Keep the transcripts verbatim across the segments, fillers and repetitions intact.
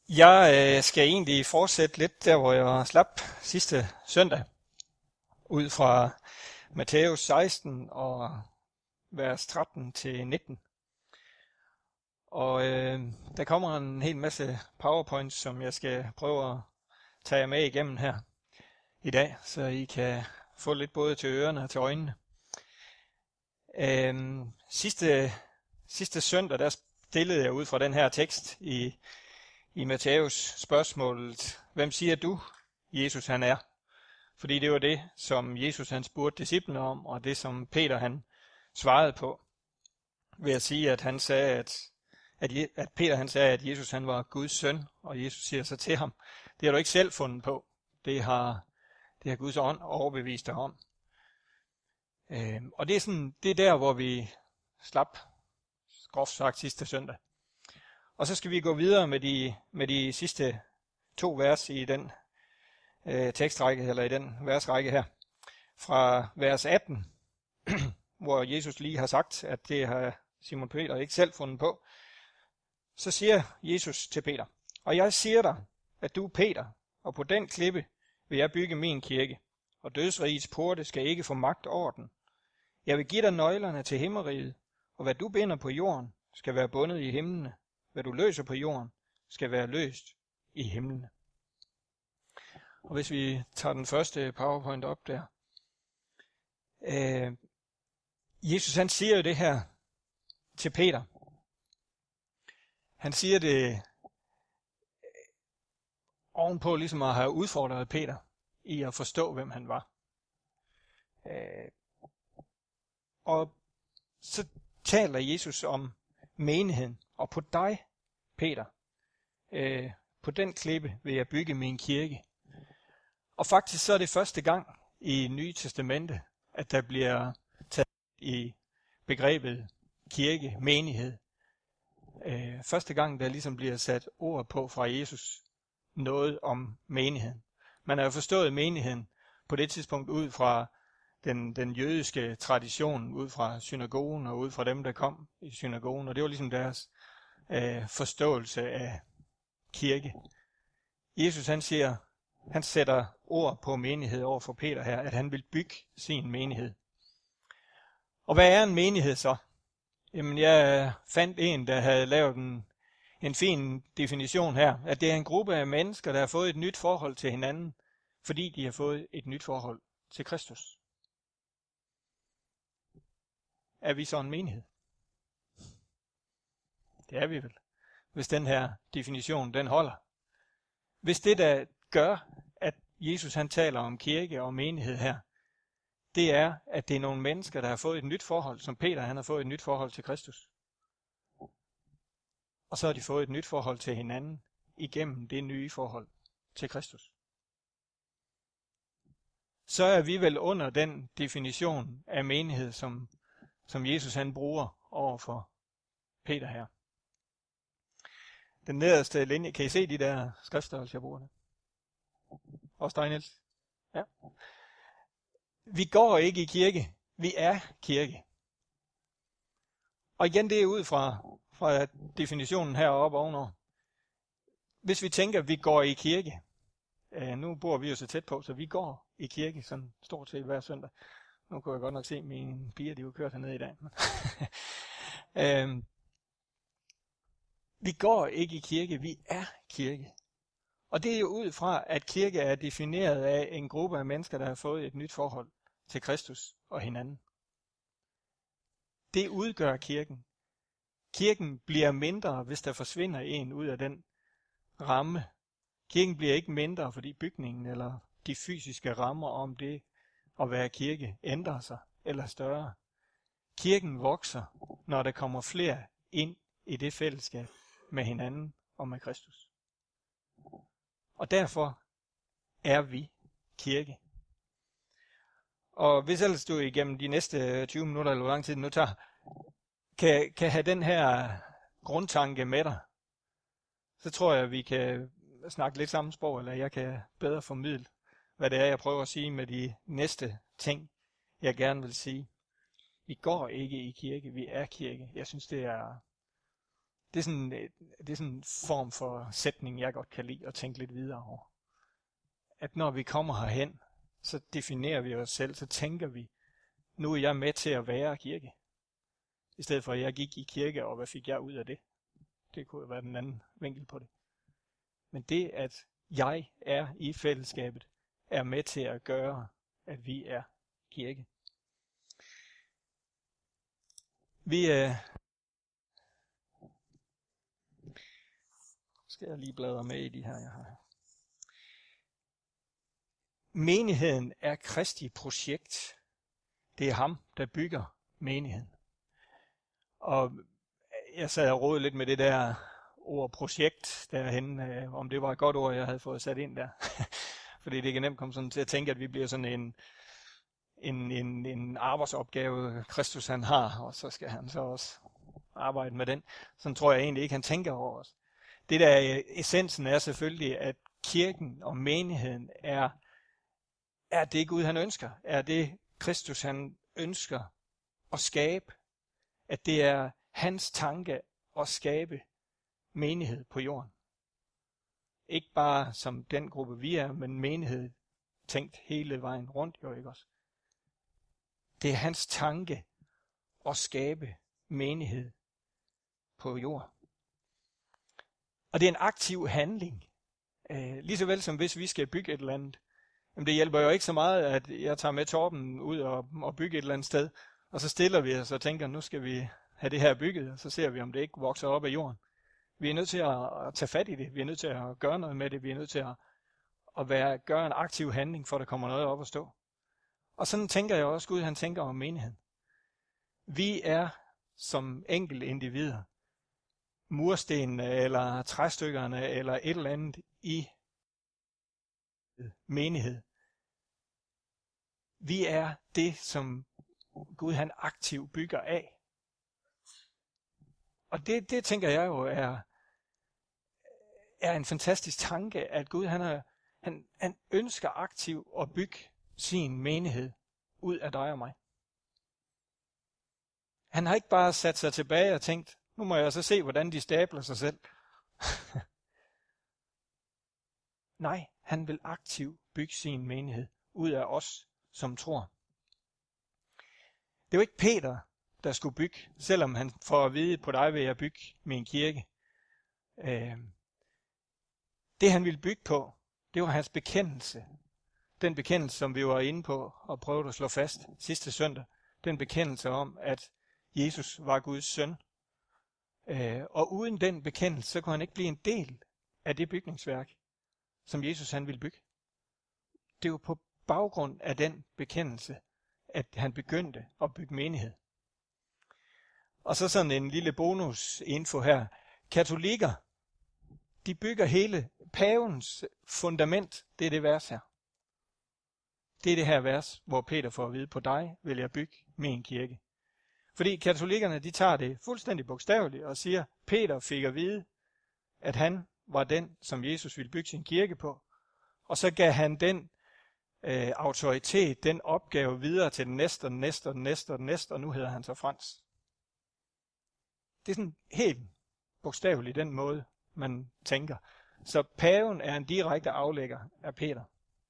Jeg øh, skal egentlig fortsætte lidt der, hvor jeg slap sidste søndag, ud fra Matthæus seksten og vers tretten til nitten. Og øh, der kommer en hel masse powerpoints, som jeg skal prøve at tage jer med igennem her i dag, så I kan få lidt både til ørerne og til øjnene. Øh, sidste, sidste søndag, der stillede jeg ud fra den her tekst i I Matthæus spørgsmålet, hvem siger du, Jesus han er? Fordi det var det, som Jesus han spurgte disciplene om, og det som Peter han svarede på. Ved at sige, at han sagde, at, at, at Peter han sagde, at Jesus han var Guds søn, og Jesus siger så til ham, det har du ikke selv fundet på. Det har, det har Guds ånd overbevist dig om. Øhm, og det er, sådan, det er der, hvor vi slap, groft sagt, sidste søndag. Og så skal vi gå videre med de, med de sidste to vers i den øh, tekstrække, eller i den versrække her. Fra vers atten, hvor Jesus lige har sagt, at det har Simon Peter ikke selv fundet på. Så siger Jesus til Peter, og jeg siger dig, at du er Peter, og på den klippe vil jeg bygge min kirke, og dødsrigets porte skal ikke få magt over den. Jeg vil give dig nøglerne til himmeriget, og hvad du binder på jorden, skal være bundet i himlene. Hvad du løser på jorden, skal være løst i himlene. Og hvis vi tager den første PowerPoint op der. Øh, Jesus han siger jo det her til Peter. Han siger det ovenpå ligesom at have udfordret Peter i at forstå, hvem han var. Øh, og så taler Jesus om menigheden. Og på dig, Peter, øh, på den klippe vil jeg bygge min kirke. Og faktisk så er det første gang i Nye Testamente, at der bliver taget i begrebet kirke, menighed. Øh, første gang, der ligesom bliver sat ord på fra Jesus, noget om menigheden. Man har jo forstået menigheden på det tidspunkt ud fra den, den jødiske tradition, ud fra synagogen og ud fra dem, der kom i synagogen. Og det var ligesom deres øh, forståelse af kirke. Jesus han siger, han sætter ord på menighed over for Peter her, at han vil bygge sin menighed. Og hvad er en menighed så? Jamen jeg fandt en, der havde lavet en, en fin definition her, at det er en gruppe af mennesker, der har fået et nyt forhold til hinanden, fordi de har fået et nyt forhold til Kristus. Er vi så en menighed? Det er vi vel, hvis den her definition den holder. Hvis det, der gør, at Jesus han taler om kirke og menighed her, det er, at det er nogle mennesker, der har fået et nyt forhold, som Peter han har fået et nyt forhold til Kristus. Og så har de fået et nyt forhold til hinanden igennem det nye forhold til Kristus. Så er vi vel under den definition af menighed, som, som Jesus han bruger over for Peter her. Den nederste linje, kan I se de der skriftstørrelser, jeg bruger der? Også dig, Niels? Ja. Vi går ikke i kirke, vi er kirke. Og igen, det er ud fra, fra definitionen heroppe ovenover. Hvis vi tænker, at vi går i kirke, øh, nu bor vi jo så tæt på, så vi går i kirke sådan stort set hver søndag. Nu kunne jeg godt nok se, at mine piger, de var kørt hernede i dag. øhm, Vi går ikke i kirke, vi er kirke. Og det er jo ud fra, at kirke er defineret af en gruppe af mennesker, der har fået et nyt forhold til Kristus og hinanden. Det udgør kirken. Kirken bliver mindre, hvis der forsvinder en ud af den ramme. Kirken bliver ikke mindre, fordi bygningen eller de fysiske rammer om det at være kirke ændrer sig eller større. Kirken vokser, når der kommer flere ind i det fællesskab med hinanden og med Kristus. Og derfor er vi kirke. Og hvis ellers du igennem de næste tyve minutter, eller hvor lang tid det nu tager, kan, kan have den her grundtanke med dig, så tror jeg, at vi kan snakke lidt samme sprog, eller jeg kan bedre formidle, hvad det er, jeg prøver at sige med de næste ting, jeg gerne vil sige. Vi går ikke i kirke, vi er kirke. Jeg synes, det er Det er, sådan, det er sådan en form for sætning, jeg godt kan lide at tænke lidt videre over. At når vi kommer herhen, så definerer vi os selv, så tænker vi, nu er jeg med til at være kirke. I stedet for, at jeg gik i kirke, og hvad fik jeg ud af det? Det kunne jo være den anden vinkel på det. Men det, at jeg er i fællesskabet, er med til at gøre, at vi er kirke. Vi øh, skal jeg lige bladre med i de her, jeg har. Menigheden er Kristi projekt. Det er ham, der bygger menigheden. Og jeg sad og rodede lidt med det der ord projekt derhen, øh, om det var et godt ord, jeg havde fået sat ind der. Fordi det kan nemt komme sådan til at tænke, at vi bliver sådan en, en, en, en arbejdsopgave, Kristus han har, og så skal han så også arbejde med den. Sådan tror jeg egentlig ikke, han tænker over os. Det der essensen er selvfølgelig, at kirken og menigheden er, er det Gud han ønsker. Er det Kristus han ønsker at skabe. At det er hans tanke at skabe menighed på jorden. Ikke bare som den gruppe vi er, men menighed tænkt hele vejen rundt, jo ikke også? Det er hans tanke at skabe menighed på jorden. Og det er en aktiv handling. Øh, lige så vel som hvis vi skal bygge et eller andet. Jamen det hjælper jo ikke så meget, at jeg tager med Torben ud og, og bygge et eller andet sted. Og så stiller vi os og tænker, nu skal vi have det her bygget, og så ser vi, om det ikke vokser op af jorden. Vi er nødt til at, at tage fat i det. Vi er nødt til at gøre noget med det. Vi er nødt til at, at være, gøre en aktiv handling, for der kommer noget op at stå. Og sådan tænker jeg også, Gud han tænker om menigheden. Vi er som enkelte individer, murstenene eller træstykkerne eller et eller andet i menighed. Vi er det, som Gud han aktivt bygger af. Og det, det tænker jeg jo er, er en fantastisk tanke, at Gud han, er, han, han ønsker aktivt at bygge sin menighed ud af dig og mig. Han har ikke bare sat sig tilbage og tænkt, nu må jeg så se, hvordan de stabler sig selv. Nej, han vil aktivt bygge sin menighed ud af os, som tror. Det er jo ikke Peter, der skulle bygge, selvom han får at vide, på dig vil jeg bygge min kirke. Øh, det han ville bygge på, det var hans bekendelse. Den bekendelse, som vi var inde på og prøvede at slå fast sidste søndag. Den bekendelse om, at Jesus var Guds søn. Øh, og uden den bekendelse, så kunne han ikke blive en del af det bygningsværk, som Jesus han ville bygge. Det var på baggrund af den bekendelse, at han begyndte at bygge menighed. Og så sådan en lille bonusinfo her. Katolikker, de bygger hele pavens fundament. Det er det vers her. Det er det her vers, hvor Peter får at vide, på dig vil jeg bygge min kirke. Fordi katolikkerne, de tager det fuldstændig bogstaveligt og siger, Peter fik at vide, at han var den, som Jesus ville bygge sin kirke på. Og så gav han den øh, autoritet, den opgave videre til den næste, den næste, den næste, den næste, og nu hedder han så Frans. Det er sådan helt bogstaveligt den måde, man tænker. Så paven er en direkte aflægger af Peter.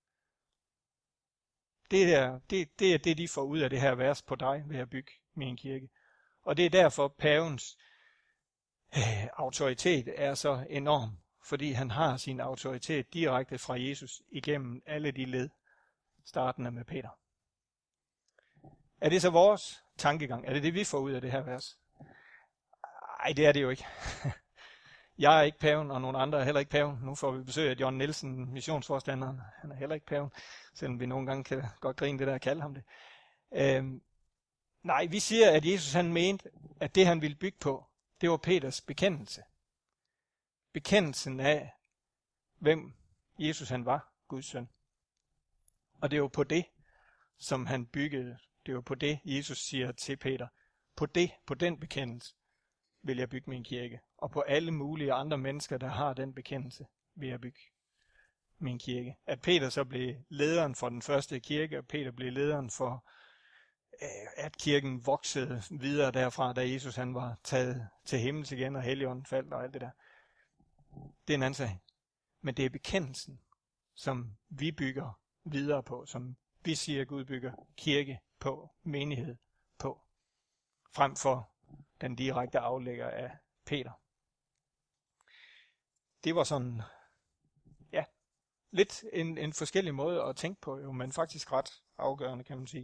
Det er det, det er det, de får ud af det her vers, på dig ved at bygge min kirke. Og det er derfor, pavens øh, autoritet er så enorm. Fordi han har sin autoritet direkte fra Jesus igennem alle de led, startende med Peter. Er det så vores tankegang? Er det det, vi får ud af det her vers? Nej, det er det jo ikke. Jeg er ikke paven, og nogle andre er heller ikke paven. Nu får vi besøg af John Nielsen, missionsforstanderen. Han er heller ikke paven, selvom vi nogle gange kan godt grine det der at kalde ham det. Øhm, nej, vi siger, at Jesus han mente, at det han ville bygge på, det var Peters bekendelse. Bekendelsen af, hvem Jesus han var, Guds søn. Og det var på det, som han byggede. Det var på det, Jesus siger til Peter. På det, på den bekendelse, vil jeg bygge min kirke. Og på alle mulige andre mennesker, der har den bekendelse, vil jeg bygge min kirke. At Peter så blev lederen for den første kirke, og Peter blev lederen for at kirken voksede videre derfra, da Jesus han var taget til himmels igen, og Helligånden faldt og alt det der. Det er en anden sag. Men det er bekendelsen, som vi bygger videre på, som vi siger, at Gud bygger kirke på, menighed på, frem for den direkte aflægger af Peter. Det var sådan, ja, lidt en, en forskellig måde at tænke på, jo, men faktisk ret afgørende, kan man sige.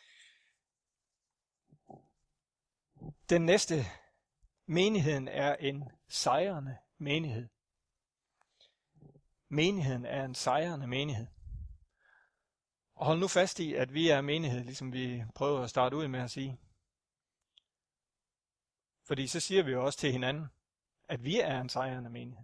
Den næste, menigheden er en sejrende menighed. Menigheden er en sejrende menighed. Og hold nu fast i, at vi er menighed, ligesom vi prøver at starte ud med at sige. Fordi så siger vi jo også til hinanden, at vi er en sejrende menighed.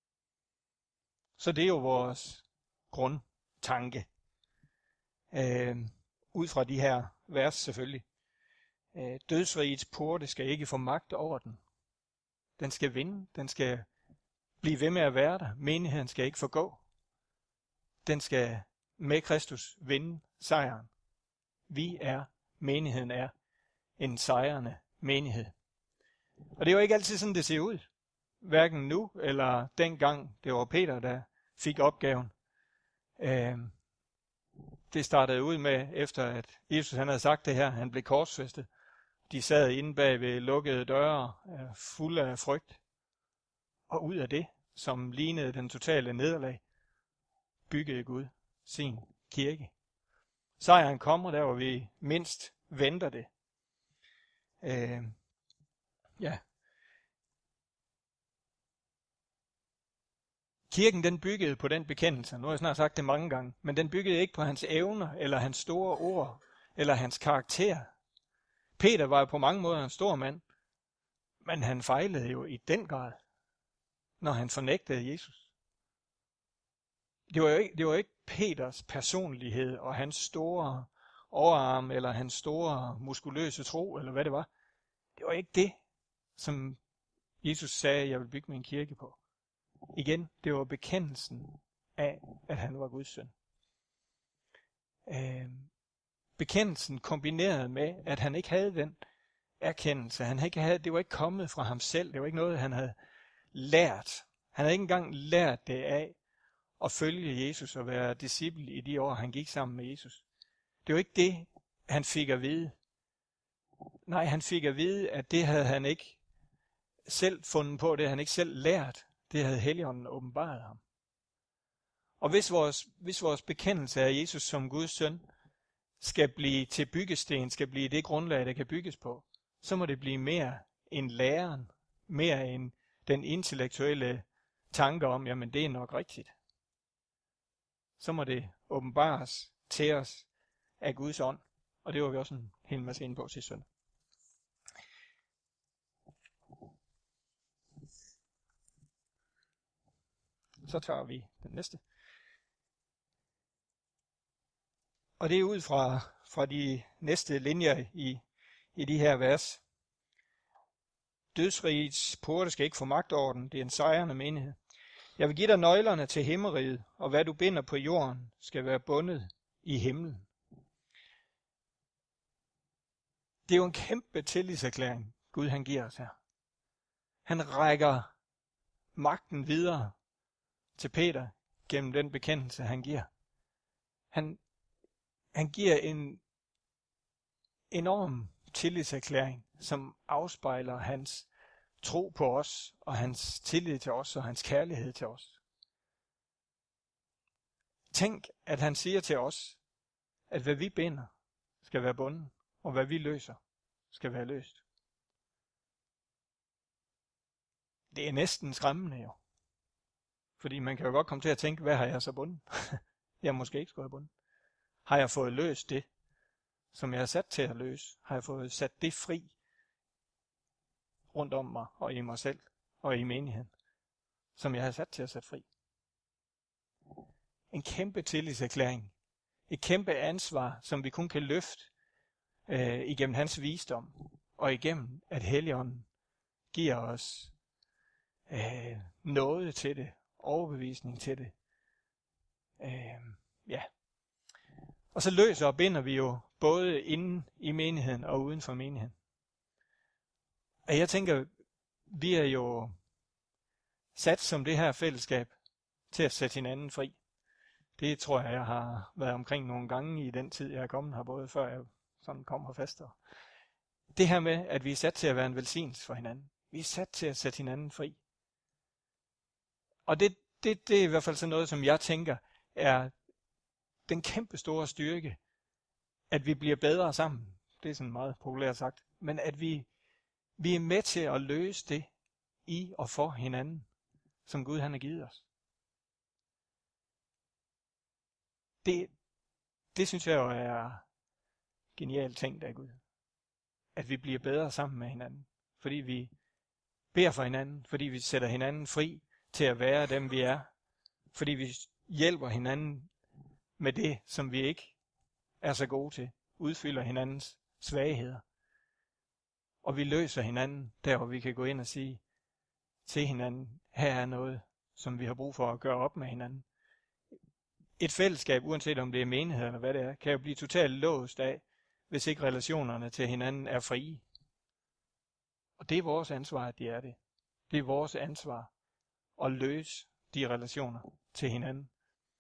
Så det er jo vores grundtanke. Øh, ud fra de her vers selvfølgelig. Øh, dødsrigets porte skal ikke få magt over den. Den skal vinde. Den skal blive ved med at være der. Menigheden skal ikke forgå. Den skal med Kristus vinde sejren. Vi er, menigheden er, en sejrende menighed. Og det er jo ikke altid sådan, det ser ud. Hverken nu eller dengang det var Peter, der fik opgaven. Øh, det startede ud med, efter at Jesus han havde sagt det her, han blev korsfæstet. De sad inde bag ved lukkede døre, fulde af frygt. Og ud af det, som lignede den totale nederlag, byggede Gud sin kirke. Sejren kommer der, hvor vi mindst venter det. Øh, ja. Kirken den byggede på den bekendelse. Nu har jeg snart sagt det mange gange. Men den byggede ikke på hans evner, eller hans store ord, eller hans karakter. Peter var jo på mange måder en stor mand. Men han fejlede jo i den grad, når han fornægtede Jesus. Det var jo ikke, det var ikke Peters personlighed og hans store overarm, eller hans store muskuløse tro, eller hvad det var. Det var ikke det, som Jesus sagde, jeg vil bygge min kirke på. Igen, det var bekendelsen af, at han var Guds søn. Øh, bekendelsen kombineret med, at han ikke havde den erkendelse. Han ikke havde, det var ikke kommet fra ham selv. Det var ikke noget, han havde lært. Han havde ikke engang lært det af at følge Jesus og være disciple i de år, han gik sammen med Jesus. Det var ikke det, han fik at vide. Nej, han fik at vide, at det havde han ikke selv fundet på, det havde han ikke selv lært. Det havde Helligånden åbenbaret ham. Og hvis vores, hvis vores bekendelse af Jesus som Guds søn skal blive til byggesten, skal blive det grundlag, der kan bygges på, så må det blive mere end læren, mere end den intellektuelle tanke om, jamen det er nok rigtigt. Så må det åbenbares til os af Guds ånd. Og det var vi også en hel masse inde på sidste søndag. Så tager vi den næste. Og det er ud fra, fra de næste linjer i, i de her vers. Dødsrigets porte skal ikke få magt over den. Det er en sejrende menighed. Jeg vil give dig nøglerne til himmeriget, og hvad du binder på jorden, skal være bundet i himlen. Det er jo en kæmpe tillidserklæring, Gud han giver os her. Han rækker magten videre til Peter gennem den bekendelse, han giver. Han, han giver en enorm tillidserklæring, som afspejler hans tro på os, og hans tillid til os, og hans kærlighed til os. Tænk, at han siger til os, at hvad vi binder, skal være bundet, og hvad vi løser, skal være løst. Det er næsten skræmmende jo. Fordi man kan jo godt komme til at tænke, hvad har jeg så bundet? Jeg måske ikke skulle have bundet. Har jeg fået løst det, som jeg er sat til at løse? Har jeg fået sat det fri rundt om mig og i mig selv og i menigheden, som jeg har sat til at sætte fri? En kæmpe tillidserklæring. Et kæmpe ansvar, som vi kun kan løfte øh, igennem hans visdom og igennem, at Helligånden giver os øh, noget til det, overbevisning til det. Øh, ja. Og så løser og binder vi jo både inde i menigheden og uden for menigheden. Og jeg tænker, vi er jo sat som det her fællesskab til at sætte hinanden fri. Det tror jeg, jeg har været omkring nogle gange i den tid, jeg er kommet her, både før jeg sådan kom her fast. Det her med, at vi er sat til at være en velsignelse for hinanden. Vi er sat til at sætte hinanden fri. Og det, det, det er i hvert fald sådan noget, som jeg tænker, er den kæmpe store styrke, at vi bliver bedre sammen. Det er sådan meget populært sagt. Men at vi, vi er med til at løse det i og for hinanden, som Gud han har givet os. Det, det synes jeg jo er genialt tænkt af Gud. At vi bliver bedre sammen med hinanden. Fordi vi beder for hinanden. Fordi vi sætter hinanden fri til at være dem vi er. Fordi vi hjælper hinanden med det, som vi ikke er så gode til. Udfylder hinandens svagheder. Og vi løser hinanden der, hvor vi kan gå ind og sige til hinanden, her er noget, som vi har brug for at gøre op med hinanden. Et fællesskab, uanset om det er menighed eller hvad det er, kan jo blive totalt låst af, hvis ikke relationerne til hinanden er frie. Og det er vores ansvar, at de er det. Det er vores ansvar at løse de relationer til hinanden.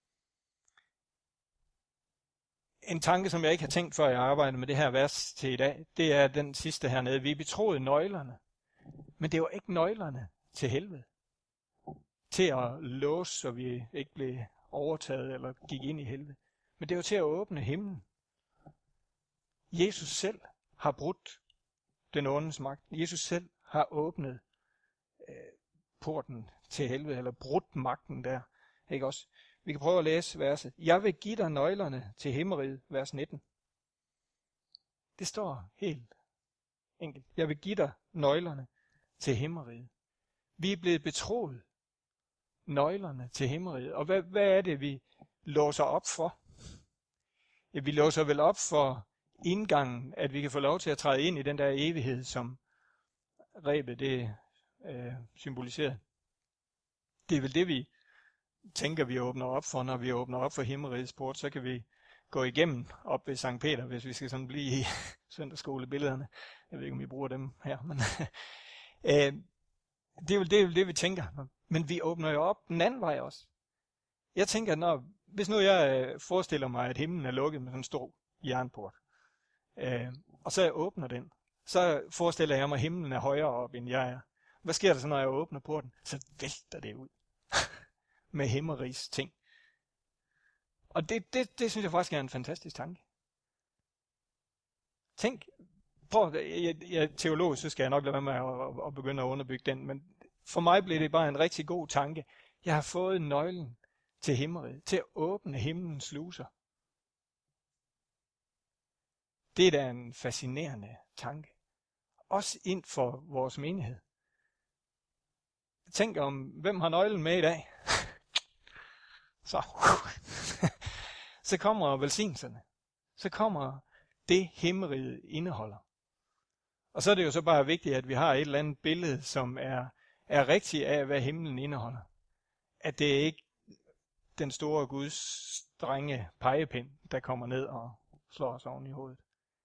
En tanke, som jeg ikke har tænkt før jeg arbejder med det her vers til i dag, det er den sidste hernede. Vi betroede nøglerne. Men det var ikke nøglerne til helvede. Til at låse, så vi ikke blev overtaget eller gik ind i helvede. Men det var til at åbne himlen. Jesus selv har brudt den ondes magt. Jesus selv har åbnet øh, porten til helvede, eller brudt magten der. Ikke også? Vi kan prøve at læse verset. Jeg vil give dig nøglerne til himmeriget, vers nitten. Det står helt enkelt. Jeg vil give dig nøglerne til himmeriget. Vi er blevet betroet nøglerne til himmeriget. Og hvad, hvad er det, vi låser op for? Ja, vi låser vel op for indgangen, at vi kan få lov til at træde ind i den der evighed, som rebet det øh, symboliserer. Det er vel det, vi tænker, vi åbner op for, når vi åbner op for himmerigets port, så kan vi gå igennem op ved Sankt Peter, hvis vi skal sådan blive i søndagsskolebillederne. Jeg ved ikke, om vi bruger dem her, men øh, det, er vel, det er vel det, vi tænker. Men vi åbner jo op den anden vej også. Jeg tænker, når, hvis nu jeg forestiller mig, at himlen er lukket med sådan en stor jernport, øh, og så jeg åbner den, så forestiller jeg mig, at himlen er højere op, end jeg er. Hvad sker der så, når jeg åbner porten? Så vælter det ud med himmerigs ting. Og det, det, det synes jeg faktisk er en fantastisk tanke. Tænk, prøv, jeg, jeg er teolog, så skal jeg nok lade være med at, at, at begynde at underbygge den, men for mig blev det bare en rigtig god tanke. Jeg har fået nøglen til himmeriget, til at åbne himlens sluser. Det er da en fascinerende tanke. Også ind for vores menighed. Tænk om, hvem har nøglen med i dag? Så. Så kommer velsignelserne. Så kommer det himmeriget indeholder. Og så er det jo så bare vigtigt, at vi har et eller andet billede, som er, er rigtigt af, hvad himlen indeholder. At det er ikke den store Guds strenge pegepind, der kommer ned og slår os oven i hovedet.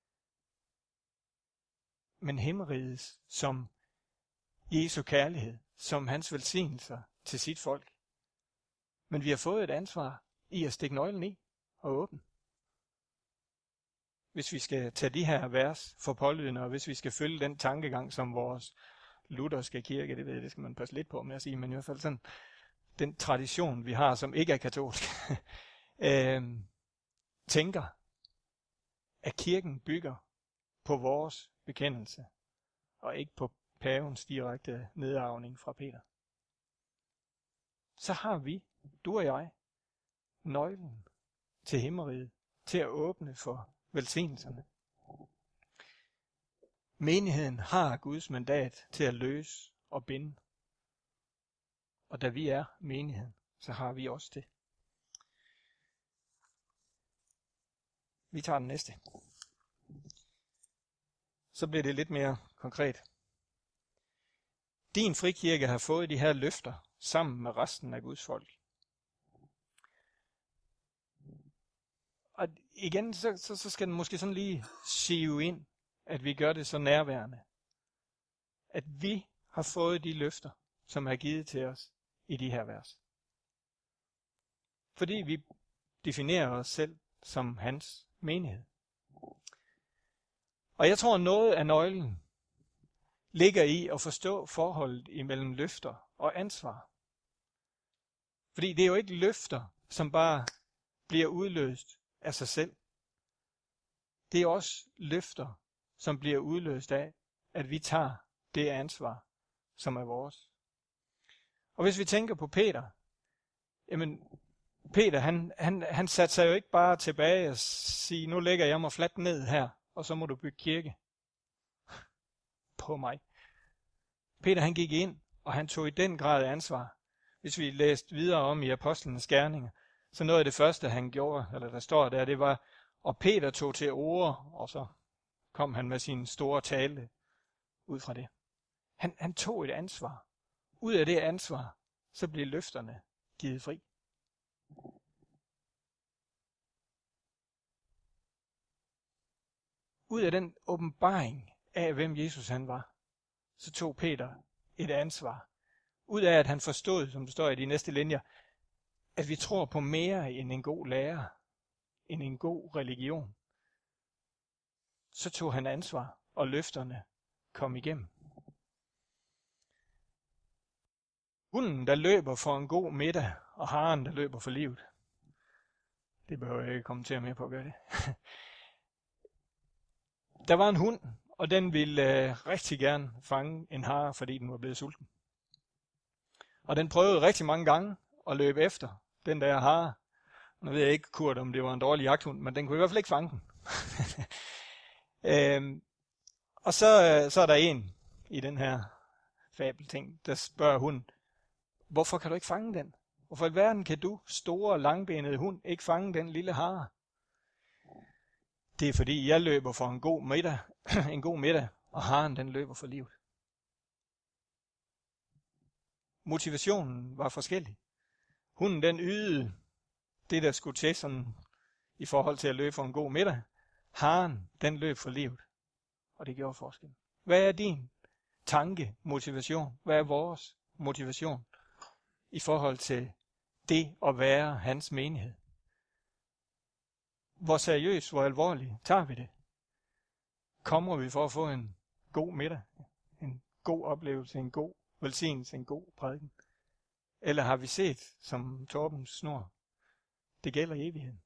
Men himmeriget som Jesu kærlighed, som hans velsignelser til sit folk. Men vi har fået et ansvar i at stikke nøglen i og åbne. Hvis vi skal tage de her vers for pålydende, og hvis vi skal følge den tankegang, som vores lutherske kirke, det ved jeg, det skal man passe lidt på med at sige, men i hvert fald sådan, den tradition, vi har, som ikke er katolsk, øh, tænker, at kirken bygger på vores bekendelse, og ikke på pavens direkte nedarvning fra Peter. Så har vi, du og jeg, nøglen til himmeriget, til at åbne for velsignelserne. Menigheden har Guds mandat til at løse og binde. Og da vi er menigheden, så har vi også det. Vi tager den næste. Så bliver det lidt mere konkret. Din frikirke har fået de her løfter sammen med resten af Guds folk. Og igen, så, så, så skal den måske sådan lige sive ind, at vi gør det så nærværende. At vi har fået de løfter, som er givet til os i de her vers. Fordi vi definerer os selv som hans menighed. Og jeg tror, noget af nøglen ligger i at forstå forholdet imellem løfter og ansvar. Fordi det er jo ikke løfter, som bare bliver udløst af sig selv. Det er også løfter, som bliver udløst af, at vi tager det ansvar, som er vores. Og hvis vi tænker på Peter, jamen Peter, han, han, han satte sig jo ikke bare tilbage og sige, nu lægger jeg mig fladt ned her, og så må du bygge kirke på mig. Peter, han gik ind, og han tog i den grad ansvar. Hvis vi læste videre om i apostlenes gerninger, så noget af det første, han gjorde, eller der står der, det var, og Peter tog til orde, og så kom han med sin store tale ud fra det. Han, han tog et ansvar. Ud af det ansvar, så blev løfterne givet fri. Ud af den åbenbaring af, hvem Jesus han var, så tog Peter et ansvar. Ud af, at han forstod, som det står i de næste linjer, at vi tror på mere end en god lærer, end en god religion. Så tog han ansvar, og løfterne kom igennem. Hunden, der løber for en god middag, og haren, der løber for livet. Det behøver jeg ikke kommentere mere på at gøre det. Der var en hund, og den ville øh, rigtig gerne fange en hare, fordi den var blevet sulten. Og den prøvede rigtig mange gange at løbe efter den der hare. Nu ved jeg ikke, Kurt, om det var en dårlig jagthund, men den kunne i hvert fald ikke fange den. øhm, og så, så er der en i den her fabelting, der spørger hunden, hvorfor kan du ikke fange den? Hvorfor i verden kan du, store, langbenede hund, ikke fange den lille hare? Det er fordi, jeg løber for en god middag, en god middag, og haren den løber for livet. Motivationen var forskellig. Hunden den ydede det, der skulle til sådan, i forhold til at løbe for en god middag. Haren den løb for livet, og det gjorde forskel. Hvad er din tanke, motivation? Hvad er vores motivation i forhold til det at være hans menighed? Hvor seriøst, hvor alvorligt tager vi det? Kommer vi for at få en god middag, en god oplevelse, en god velsignelse, en god prædiken? Eller har vi set, som Torbens snor, det gælder i evigheden?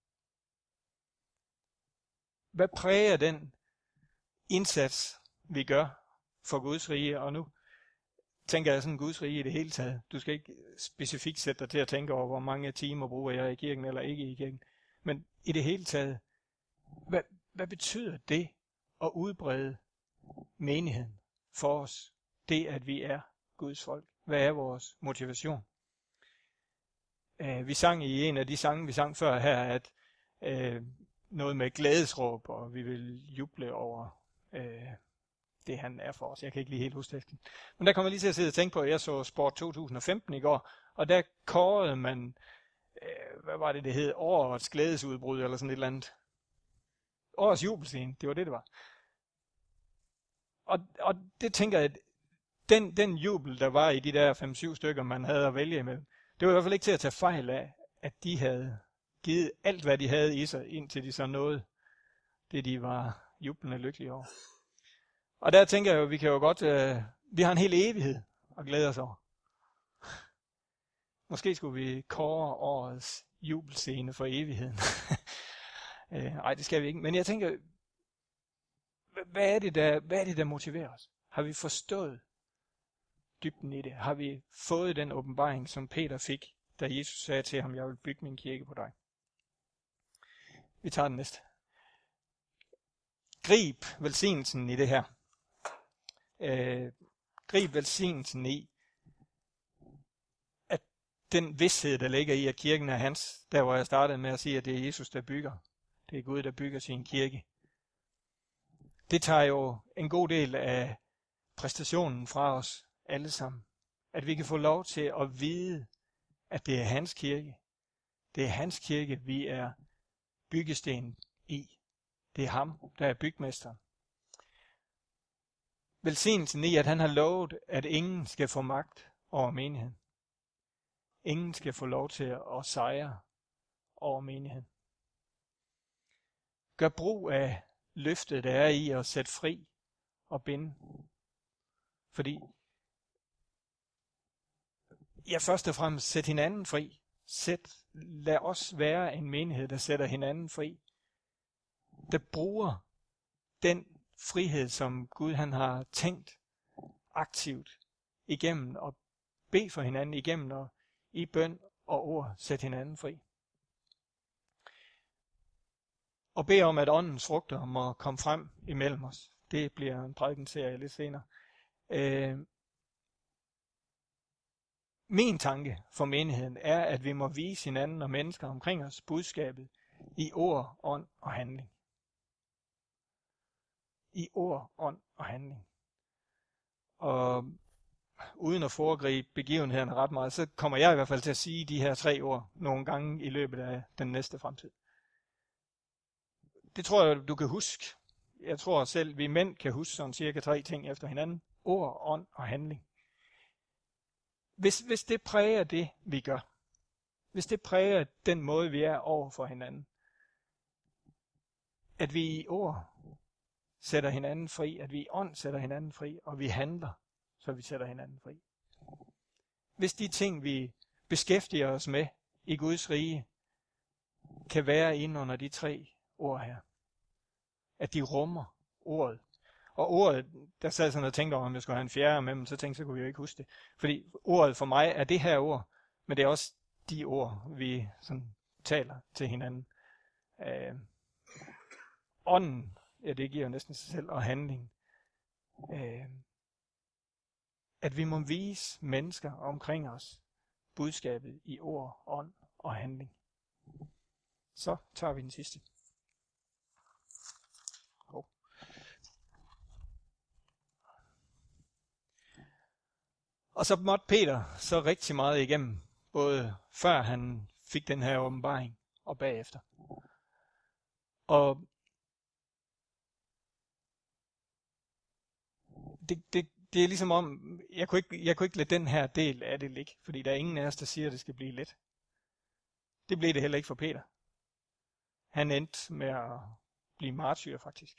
Hvad præger den indsats, vi gør for Guds rige? Og nu tænker jeg sådan Guds rige i det hele taget. Du skal ikke specifikt sætte dig til at tænke over, hvor mange timer bruger jeg i kirken eller ikke i kirken. Men i det hele taget, hvad, hvad betyder det at udbrede menigheden for os? Det, at vi er Guds folk. Hvad er vores motivation? Uh, vi sang i en af de sange, vi sang før her, at uh, noget med glædesråb, og vi vil juble over uh, det, han er for os. Jeg kan ikke lige helt huske det. Men der kommer jeg lige til at sidde og tænke på, at jeg så Sport to tusind og femten i går, og der kårede man, uh, hvad var det, det hed, årets glædesudbrud, eller sådan et eller andet. Årets jubelscene, det var det, det var. Og, og det tænker jeg, at den, den jubel, der var i de der fem syv stykker, man havde at vælge imellem, det var i hvert fald ikke til at tage fejl af, at de havde givet alt, hvad de havde i sig, indtil de så nåede det, de var jublende lykkelige over. Og der tænker jeg jo, vi kan jo godt, øh, vi har en hel evighed at glæde os over. Måske skulle vi kåre årets jubelscene for evigheden. Nej, øh, det skal vi ikke. Men jeg tænker, hvad er det, der, hvad er det, der motiverer os? Har vi forstået dybden i det? Har vi fået den åbenbaring, som Peter fik, da Jesus sagde til ham, jeg vil bygge min kirke på dig? Vi tager den næste. Grib velsignelsen i det her. Øh, grib velsignelsen i, at den vidsthed, der ligger i, at kirken er hans, der hvor jeg startede med at sige, at det er Jesus, der bygger. Det er Gud, der bygger sin kirke. Det tager jo en god del af præstationen fra os alle sammen. At vi kan få lov til at vide, at det er hans kirke. Det er hans kirke, vi er byggesten i. Det er ham, der er bygmesteren. Velsignelsen i, at han har lovet, at ingen skal få magt over menigheden. Ingen skal få lov til at sejre over menigheden. Gør brug af løftet, der er i at sætte fri og binde. Fordi, ja, først og fremmest sæt hinanden fri. Sæt, lad os være en menighed, der sætter hinanden fri. Der bruger den frihed, som Gud han har tænkt aktivt igennem og bede for hinanden igennem og i bøn og ord sætte hinanden fri. Og bede om, at åndens frugter må komme frem imellem os. Det bliver en prædikenserie lidt senere. Øh, min tanke for menigheden er, at vi må vise hinanden og mennesker omkring os budskabet i ord, ånd og handling. I ord, ånd og handling. Og uden at foregribe begivenhederne ret meget, så kommer jeg i hvert fald til at sige de her tre ord nogle gange i løbet af den næste fremtid. Det tror jeg, du kan huske. Jeg tror selv, vi mænd kan huske sådan cirka tre ting efter hinanden. Ord, ånd og handling. Hvis, hvis det præger det, vi gør, hvis det præger den måde, vi er over for hinanden, at vi i ord sætter hinanden fri, at vi i ånd sætter hinanden fri, og vi handler, så vi sætter hinanden fri. Hvis de ting, vi beskæftiger os med i Guds rige, kan være inde under de tre ord her, at de rummer ordet. Og ordet, der sad sådan og tænkte over, om jeg skulle have en fjerde med, men så tænkte så kunne vi jo ikke huske det. Fordi ordet for mig er det her ord, men det er også de ord, vi sådan taler til hinanden. Øh, ånden, ja, det giver jo næsten sig selv, og handling. Øh, at vi må vise mennesker omkring os budskabet i ord, ånd og handling. Så tager vi den sidste. Oh. Og så måtte Peter så rigtig meget igennem, både før han fik den her åbenbaring og bagefter. Og det, det, det er ligesom om, jeg kunne, ikke, jeg kunne ikke lade den her del af det ligge, fordi der er ingen af os, der siger, at det skal blive let. Det blev det heller ikke for Peter. Han endte med at blive martyr faktisk.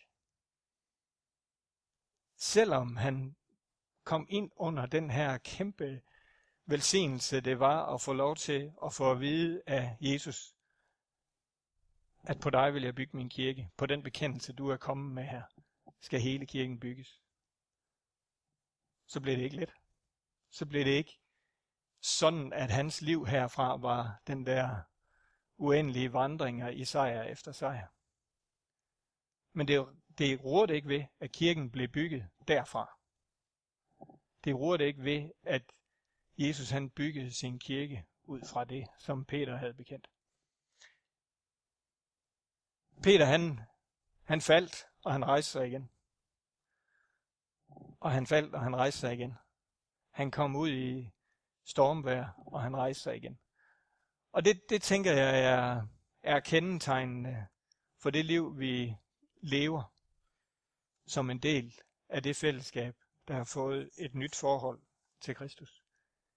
Selvom han kom ind under den her kæmpe velsignelse, det var at få lov til at få at vide af Jesus, at på dig vil jeg bygge min kirke. På den bekendelse, du er kommet med her, skal hele kirken bygges. Så blev det ikke let. Så blev det ikke sådan, at hans liv herfra var den der uendelige vandringer i sejr efter sejr. Men det, det roede ikke ved, at kirken blev bygget derfra. Det roede ikke ved, at Jesus han byggede sin kirke ud fra det, som Peter havde bekendt. Peter han, han faldt, og han rejste sig igen. Og han faldt, og han rejste sig igen. Han kom ud i stormvejr, og han rejste sig igen. Og det, det tænker jeg er, er kendetegnende for det liv, vi lever som en del af det fællesskab, der har fået et nyt forhold til Kristus.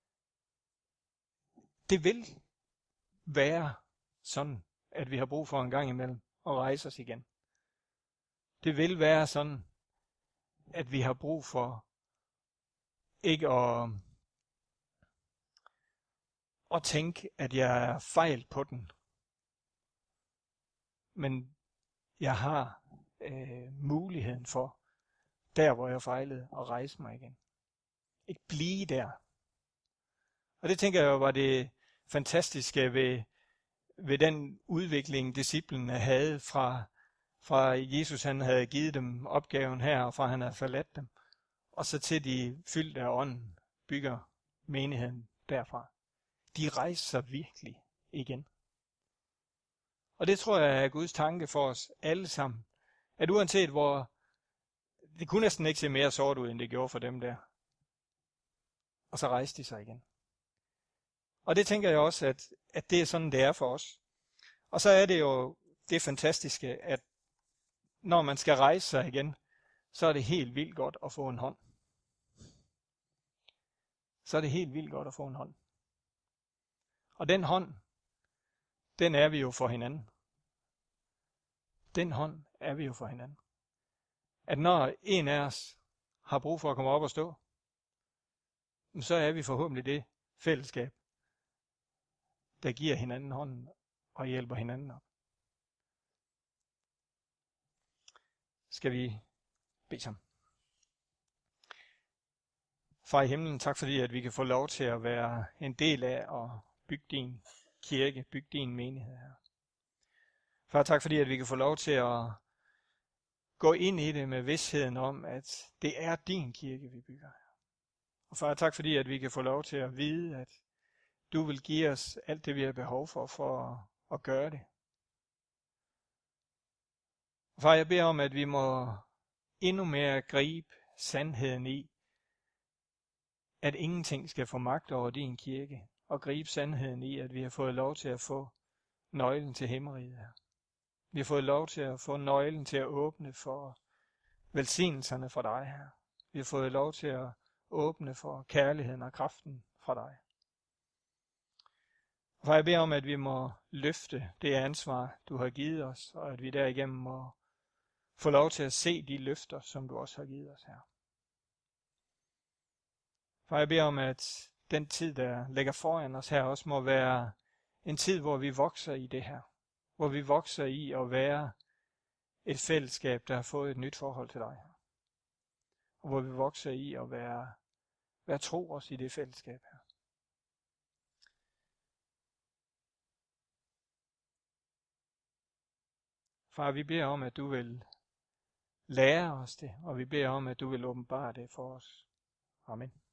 Det vil være sådan, at vi har brug for en gang imellem at rejse os igen. Det vil være sådan, at vi har brug for ikke at, at tænke, at jeg er fejl på den. Men jeg har øh, muligheden for, der hvor jeg fejlede, at rejse mig igen. Ikke blive der. Og det tænker jeg var det fantastiske ved, ved den udvikling, disciplene havde fra, fra Jesus, han havde givet dem opgaven her, og fra han havde forladt dem. Og så til de fyldte af ånden bygger menigheden derfra. De rejser sig virkelig igen. Og det tror jeg er Guds tanke for os alle sammen. At uanset hvor, det kunne næsten ikke se mere sort ud, end det gjorde for dem der. Og så rejste de sig igen. Og det tænker jeg også, at, at det er sådan, det er for os. Og så er det jo det fantastiske, at når man skal rejse sig igen, så er det helt vildt godt at få en hånd. Så er det helt vildt godt at få en hånd. Og den hånd, den er vi jo for hinanden. Den hånd er vi jo for hinanden. At når en af os har brug for at komme op og stå, så er vi forhåbentlig det fællesskab, der giver hinanden hånden og hjælper hinanden op. Skal vi bede sammen. Far i himlen, tak fordi at vi kan få lov til at være en del af at bygge din kirke, bygge din menighed her. Far, tak fordi at vi kan få lov til at gå ind i det med vidsheden om, at det er din kirke, vi bygger her. Og far, tak fordi at vi kan få lov til at vide, at du vil give os alt det, vi har behov for, for at, at gøre det. Og far, jeg beder om, at vi må endnu mere gribe sandheden i, at ingenting skal få magt over din kirke, og gribe sandheden i, at vi har fået lov til at få nøglen til himmeriget her. Vi har fået lov til at få nøglen til at åbne for velsignelserne fra dig her. Vi har fået lov til at åbne for kærligheden og kraften fra dig. Og jeg beder om, at vi må løfte det ansvar, du har givet os, og at vi derigennem må få lov til at se de løfter, som du også har givet os her. For jeg beder om, at den tid, der ligger foran os her, også må være en tid, hvor vi vokser i det her. Hvor vi vokser i at være et fællesskab, der har fået et nyt forhold til dig. Og hvor vi vokser i at være, være tro os i det fællesskab her. Far, vi beder om, at du vil lære os det, og vi beder om, at du vil åbenbare det for os. Amen.